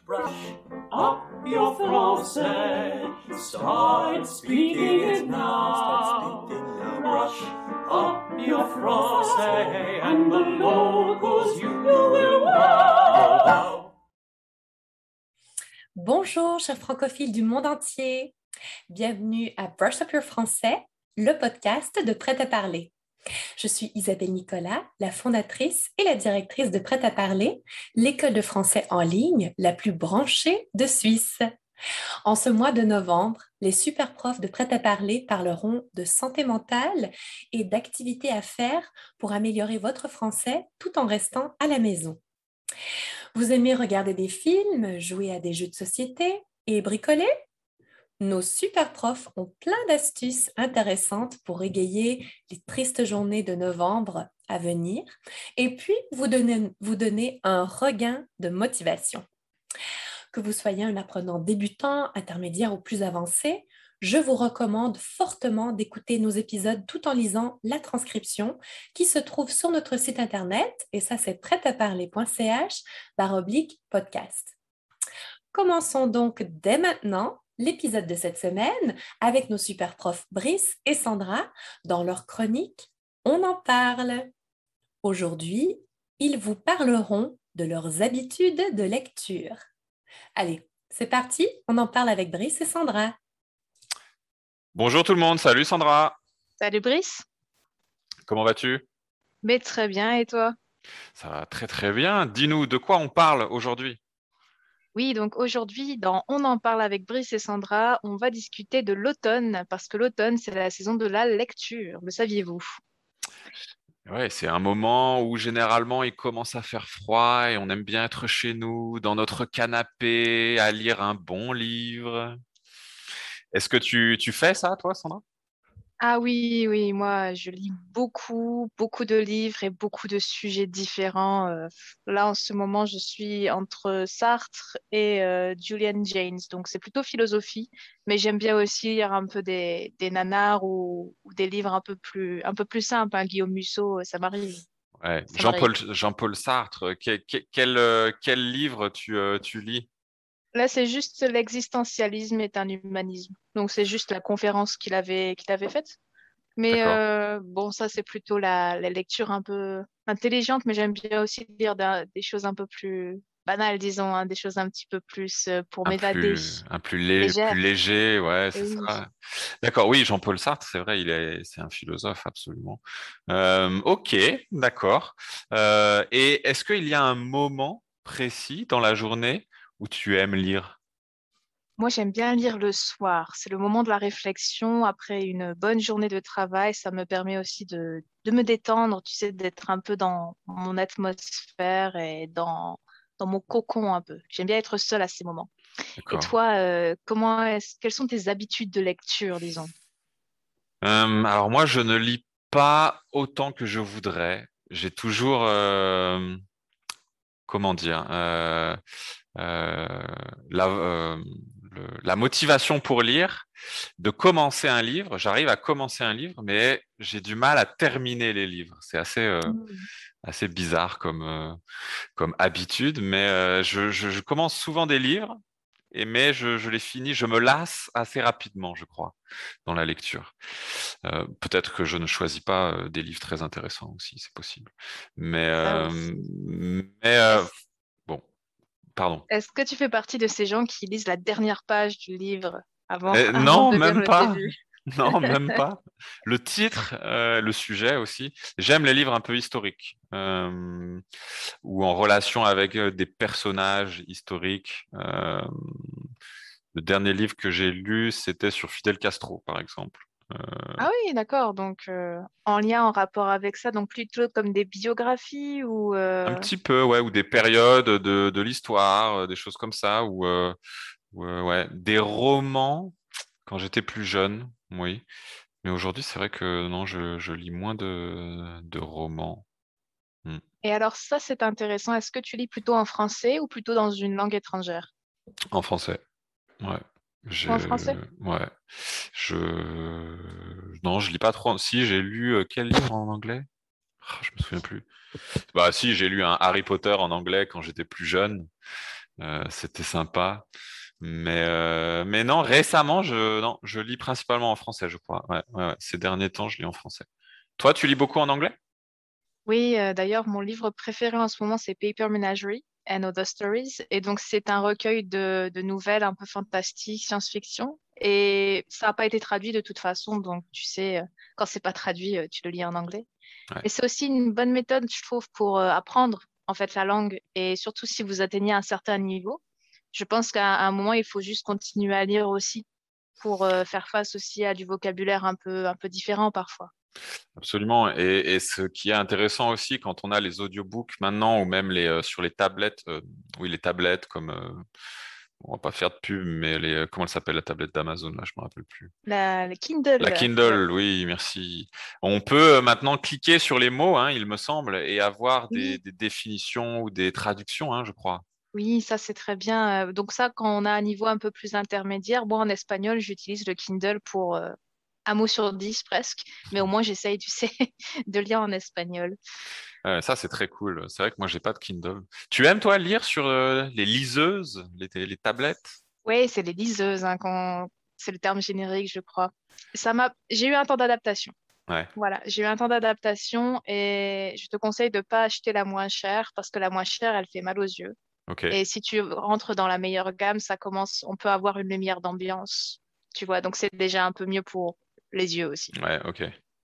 Brush up your français. Start speaking it now. Brush up your français, and the locals you will wow. Bonjour, chers francophiles du monde entier. Bienvenue à Brush Up Your Français, le podcast de Prêt à parler. Je suis Isabelle Nicolas, la fondatrice et la directrice de Prêt à parler, l'école de français en ligne la plus branchée de Suisse. En ce mois de novembre, les super profs de Prêt à parler parleront de santé mentale et d'activités à faire pour améliorer votre français tout en restant à la maison. Vous aimez regarder des films, jouer à des jeux de société et bricoler? Nos super profs ont plein d'astuces intéressantes pour égayer les tristes journées de novembre à venir et puis vous donner un regain de motivation. Que vous soyez un apprenant débutant, intermédiaire ou plus avancé, je vous recommande fortement d'écouter nos épisodes tout en lisant la transcription qui se trouve sur notre site internet, et ça c'est prêtaparler.ch/podcast. Commençons donc dès maintenant l'épisode de cette semaine avec nos super profs Brice et Sandra dans leur chronique « On en parle ». Aujourd'hui, ils vous parleront de leurs habitudes de lecture. Allez, c'est parti, on en parle avec Brice et Sandra. Bonjour tout le monde, salut Sandra. Salut Brice. Comment vas-tu? Mais très bien, et toi? Ça va très très bien. Dis-nous, de quoi on parle aujourd'hui? Oui, donc aujourd'hui, dans On en parle avec Brice et Sandra, on va discuter de l'automne, parce que l'automne, c'est la saison de la lecture, le saviez-vous? Ouais, c'est un moment où généralement il commence à faire froid et on aime bien être chez nous, dans notre canapé, à lire un bon livre. Est-ce que tu fais ça, toi, Sandra? Ah oui, oui, moi, je lis beaucoup, beaucoup de livres et beaucoup de sujets différents. Là, en ce moment, je suis entre Sartre et Julian Jaynes, donc c'est plutôt philosophie, mais j'aime bien aussi lire un peu des nanars ou des livres un peu plus simples, hein. Guillaume Musso, ça m'arrive. Ouais, Ça m'arrive. Jean-Paul Sartre, quel livre tu lis? Là, c'est juste l'existentialisme est un humanisme. Donc, c'est juste la conférence qu'il avait faite. Mais D'accord. bon, ça, c'est plutôt la lecture un peu intelligente, mais j'aime bien aussi lire des choses un peu plus banales, disons, hein, des choses un petit peu plus pour m'évader. Plus Légère. léger, ouais, Et c'est oui. ça. D'accord, oui, Jean-Paul Sartre, c'est vrai, c'est un philosophe, absolument. Ok, d'accord. Et est-ce qu'il y a un moment précis dans la journée où tu aimes lire? Moi, j'aime bien lire le soir. C'est le moment de la réflexion après une bonne journée de travail. Ça me permet aussi de me détendre, tu sais, d'être un peu dans mon atmosphère et dans mon cocon un peu. J'aime bien être seule à ces moments. Et D'accord. toi, quelles sont tes habitudes de lecture, disons? Alors moi, je ne lis pas autant que je voudrais. J'ai toujours, comment dire, euh, la, euh, la motivation pour lire, de commencer un livre. J'arrive à commencer un livre, mais j'ai du mal à terminer les livres. C'est Mm. assez bizarre comme habitude, mais je commence souvent des livres. Mais je les finis, je me lasse assez rapidement, je crois, dans la lecture. Peut-être que je ne choisis pas des livres très intéressants aussi, c'est possible. Mais, Ça euh, aussi. mais Est-ce, bon, pardon. est-ce que tu fais partie de ces gens qui lisent la dernière page du livre avant Non, de lire même le pas. début? Non, même pas. Le titre, le sujet aussi. J'aime les livres un peu historiques, ou en relation avec des personnages historiques. Le dernier livre que j'ai lu, c'était sur Fidel Castro, par exemple. Ah oui, d'accord. Donc, en lien, en rapport avec ça, donc plutôt comme des biographies ou... Un petit peu, ouais, ou des périodes de l'histoire, des choses comme ça, ouais, des romans quand j'étais plus jeune, oui. Mais aujourd'hui, c'est vrai que non, je lis moins de romans. Hmm. Et alors ça, c'est intéressant. Est-ce que tu lis plutôt en français ou plutôt dans une langue étrangère? En français, ouais. En français? Ouais. Je, non, je lis pas trop. Si, j'ai lu quel livre en anglais? Ah, je me souviens plus. Bah, si, j'ai lu un Harry Potter en anglais quand j'étais plus jeune. C'était sympa. Mais non, récemment, je lis principalement en français, je crois. Ouais. Ces derniers temps, je lis en français. Toi, tu lis beaucoup en anglais? Oui, d'ailleurs, mon livre préféré en ce moment, c'est Paper Menagerie and Other Stories. Et donc, c'est un recueil de nouvelles un peu fantastiques, science-fiction. Et ça n'a pas été traduit de toute façon. Donc, tu sais, quand c'est pas traduit, tu le lis en anglais. Ouais. Et c'est aussi une bonne méthode, je trouve, pour apprendre en fait la langue. Et surtout si vous atteignez un certain niveau. Je pense qu'à un moment, il faut juste continuer à lire aussi pour faire face aussi à du vocabulaire un peu différent parfois. Absolument. Et ce qui est intéressant aussi quand on a les audiobooks maintenant ou même sur les tablettes, oui, les tablettes comme, on va pas faire de pub, mais comment elle s'appelle la tablette d'Amazon là, je me rappelle plus. Le La Kindle, ouais. Kindle, oui, merci. On peut maintenant cliquer sur les mots, hein, il me semble, et avoir Oui, des définitions ou des traductions, hein, je crois. oui, ça c'est très bien. Donc ça, quand on a un niveau un peu plus intermédiaire, moi en espagnol, j'utilise le Kindle pour un mot sur 10 presque, mais au moins j'essaye, tu sais, de lire en espagnol. Ça, c'est très cool. C'est vrai que moi, j'ai pas de Kindle. Tu aimes, toi, lire sur les liseuses, les tablettes? Oui, c'est les liseuses, hein, quand... c'est le terme générique, je crois. J'ai eu un temps d'adaptation. Ouais, Voilà, j'ai eu un temps d'adaptation et je te conseille de pas acheter la moins chère parce que la moins chère, elle fait mal aux yeux. ok. Et si tu rentres dans la meilleure gamme, on peut avoir une lumière d'ambiance, tu vois. Donc c'est déjà un peu mieux pour les yeux aussi. Ouais, ok.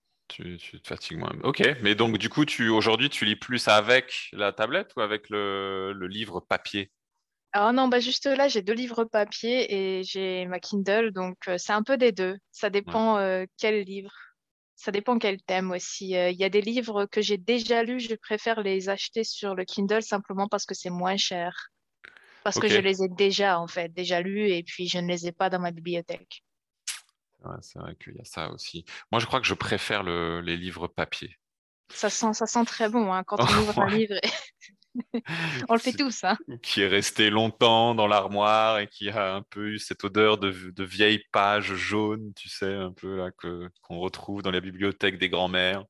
Tu te fatigues moins. Ok, mais donc, du coup, aujourd'hui, tu lis plus avec la tablette ou avec le livre papier? Alors non, bah juste là, j'ai deux livres papier et j'ai ma Kindle, donc c'est un peu des deux. Ça Ouais, dépend quel livre. Ça dépend quel thème aussi. Il y a des livres que j'ai déjà lus, je préfère les acheter sur le Kindle simplement parce que c'est moins cher. Parce que ok. je les ai déjà, en fait, déjà lus et puis je ne les ai pas dans ma bibliothèque. Ouais, c'est vrai qu'il y a ça aussi. Moi, je crois que je préfère les livres papier. Ça sent très bon hein, quand on ouvre un Ouais. livre. On le fait tous, hein. Qui est resté longtemps dans l'armoire et qui a un peu eu cette odeur de vieilles pages jaunes, tu sais, un peu là qu'on retrouve dans les bibliothèques des grands-mères.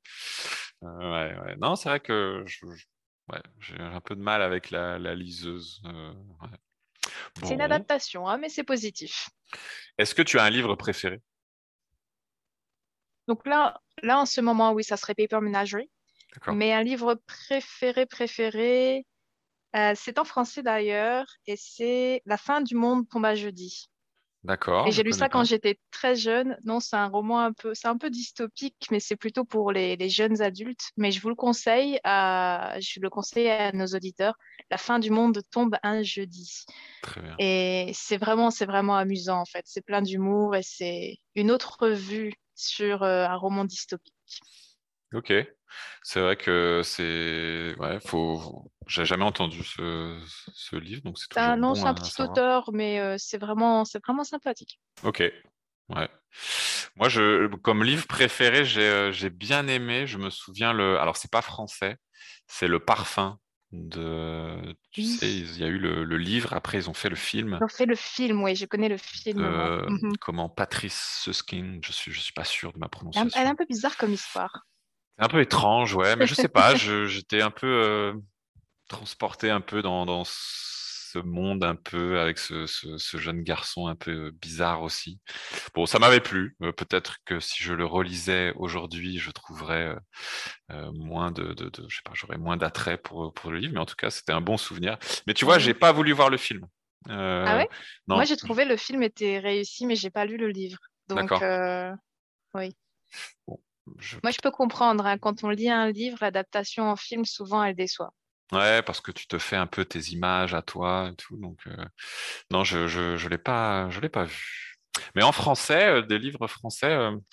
Ouais. Non, c'est vrai que ouais, j'ai un peu de mal avec la liseuse. Ouais. C'est une Bon. adaptation, hein, mais c'est positif. Est-ce que tu as un livre préféré? Donc là, en ce moment, oui, ça serait Paper Menagerie. D'accord. Mais un livre préféré, c'est en français d'ailleurs, et c'est La fin du monde tombe à jeudi. D'accord, Et je j'ai lu connais ça quand pas. j'étais très jeune. Non, c'est un roman c'est un peu dystopique, mais c'est plutôt pour les jeunes adultes. Mais je le conseille à nos auditeurs. La fin du monde tombe un jeudi. Très bien. Et c'est vraiment amusant en fait. C'est plein d'humour et c'est une autre vue sur un roman dystopique. Ok. C'est vrai que ouais, j'ai jamais entendu ce livre, donc c'est toujours Non, bon c'est un à petit savoir. auteur, mais c'est vraiment sympathique. Ok. Ouais. Moi, comme livre préféré, j'ai bien aimé. Je me souviens alors c'est pas français, c'est Le Parfum tu Oui, sais, il y a eu le livre. Après, ils ont fait le film ils ont fait le film, oui, je connais le film, moi. de Mhm. comment Patrice Suskind. Je suis pas sûr de ma Elle est prononciation. un peu bizarre comme histoire. C'est un peu étrange, ouais, mais je sais pas. J'étais un peu transporté un peu dans ce monde un peu avec ce jeune garçon un peu bizarre aussi. Bon, ça m'avait plu. Peut-être que si je le relisais aujourd'hui, je trouverais moins je sais pas, j'aurais moins d'attrait pour le livre, mais en tout cas, c'était un bon souvenir. Mais tu vois, j'ai Oui. pas voulu voir le film. Ah Euh, ouais? Moi, non, j'ai trouvé le film était réussi, mais j'ai pas lu le livre. Donc, d'accord. oui. Bon, Moi, je peux comprendre, hein, quand on lit un livre, l'adaptation en film, souvent, elle déçoit. ouais, parce que tu te fais un peu tes images à toi et tout, donc non, je l'ai pas vu. Mais en français, des livres français,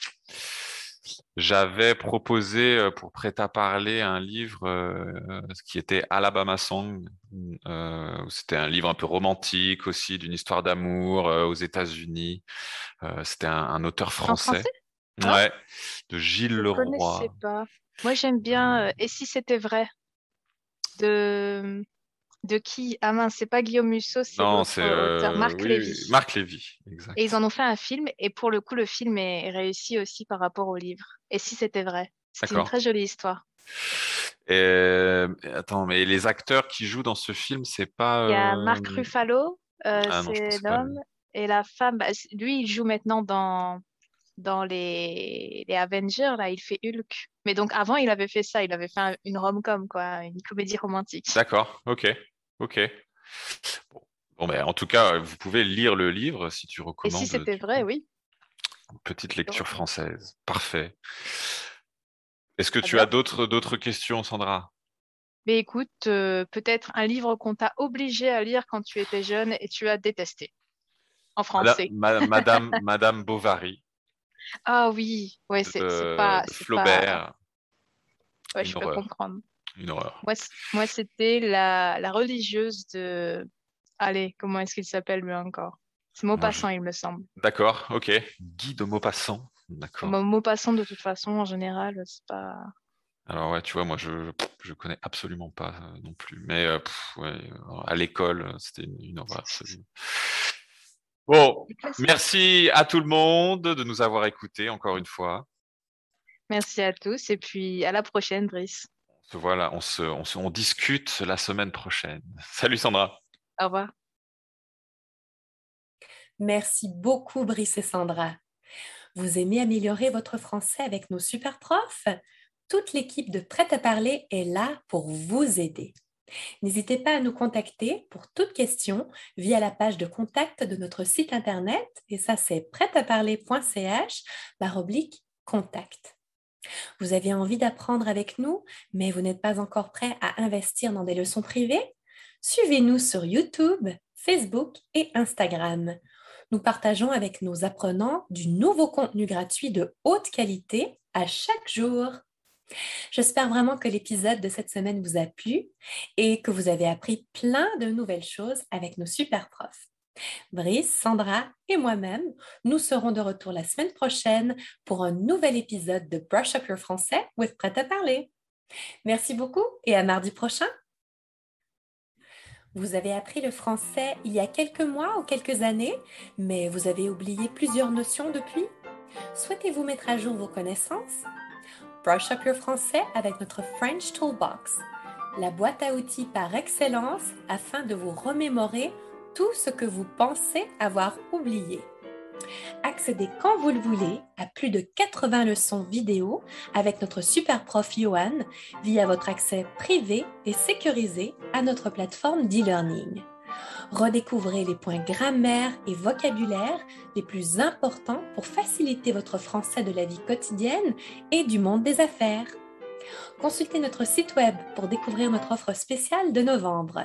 j'avais proposé pour Prêt-à-parler un livre qui était Alabama Song. C'était un livre un peu romantique aussi, d'une histoire d'amour aux États-Unis. C'était un auteur En français, français? Ah, ouais, de Gilles je connaissais Leroy. pas. Moi, j'aime bien Et si c'était vrai? De, de qui? Ah mince, c'est pas Guillaume Musso, c'est Non, l'autre auteur, Marc oui, Lévy. Marc Lévy, Et ils exact. en ont fait un film, et pour le coup, le film est réussi aussi par rapport au livre. Et si c'était vrai? C'était une D'accord. très jolie histoire. Attends, mais les acteurs qui jouent dans ce film, c'est pas. Il y a Mark Ruffalo, Ah non, je c'est pense pas. l'homme, et la femme, bah, lui, il joue maintenant dans les Avengers, là, il fait Hulk. Mais donc avant, il avait fait ça, il avait fait une rom-com, quoi, une comédie romantique. D'accord, ok, ok. Bon, bon ben, en tout cas, vous pouvez lire le livre si tu Et si recommandes c'était vrai, oui. une petite Je lecture recommande. française. Parfait. Est-ce que Très tu as bien. d'autres questions, Sandra? Mais écoute, peut-être un livre qu'on t'a obligé à lire quand tu étais jeune et tu as détesté, en français. Madame Bovary Ah oui, ouais, de c'est pas, Flaubert, ouais, une je peux horreur, comprendre. une horreur. Moi, c'était la religieuse de, allez, comment est-ce qu'il s'appelle lui encore? C'est Moi, Maupassant, il me semble. D'accord, ok. Guy de Maupassant, d'accord. Maupassant, de toute façon, en général, c'est pas. Alors ouais, tu vois, moi je connais absolument pas non plus. Mais ouais, à l'école, c'était une horreur absolue. Bon, C'est classique. merci à tout le monde de nous avoir écoutés encore une fois. Merci à tous et puis à la prochaine, Brice. Voilà, on discute la semaine prochaine. Salut Sandra. Au revoir. Merci beaucoup, Brice et Sandra. Vous aimez améliorer votre français avec nos super profs? Toute l'équipe de Prêt à parler est là pour vous aider. N'hésitez pas à nous contacter pour toute question via la page de contact de notre site internet, et ça c'est prêtaparler.ch/contact. Vous avez envie d'apprendre avec nous, mais vous n'êtes pas encore prêt à investir dans des leçons privées? Suivez-nous sur YouTube, Facebook et Instagram. Nous partageons avec nos apprenants du nouveau contenu gratuit de haute qualité à chaque jour. J'espère vraiment que l'épisode de cette semaine vous a plu et que vous avez appris plein de nouvelles choses avec nos super profs. Brice, Sandra et moi-même, nous serons de retour la semaine prochaine pour un nouvel épisode de Brush Up Your Français with Prêt à parler. Merci beaucoup et à mardi prochain. Vous avez appris le français il y a quelques mois ou quelques années, mais vous avez oublié plusieurs notions depuis? Souhaitez-vous mettre à jour vos connaissances? Brush Up Your Français avec notre French Toolbox, la boîte à outils par excellence afin de vous remémorer tout ce que vous pensez avoir oublié. Accédez quand vous le voulez à plus de 80 leçons vidéo avec notre super prof Johan via votre accès privé et sécurisé à notre plateforme d'e-learning. Redécouvrez les points grammaire et vocabulaire les plus importants pour faciliter votre français de la vie quotidienne et du monde des affaires. Consultez notre site web pour découvrir notre offre spéciale de novembre.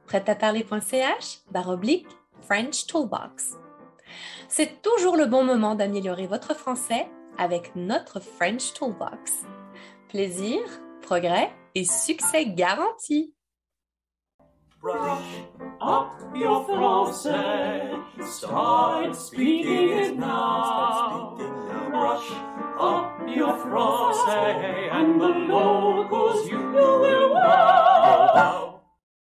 prêtaparler.ch/French Toolbox. C'est toujours le bon moment d'améliorer votre français avec notre French Toolbox. Plaisir, progrès et succès garantis! Brush up your français. Start speaking it now. Brush up your français, and the Lord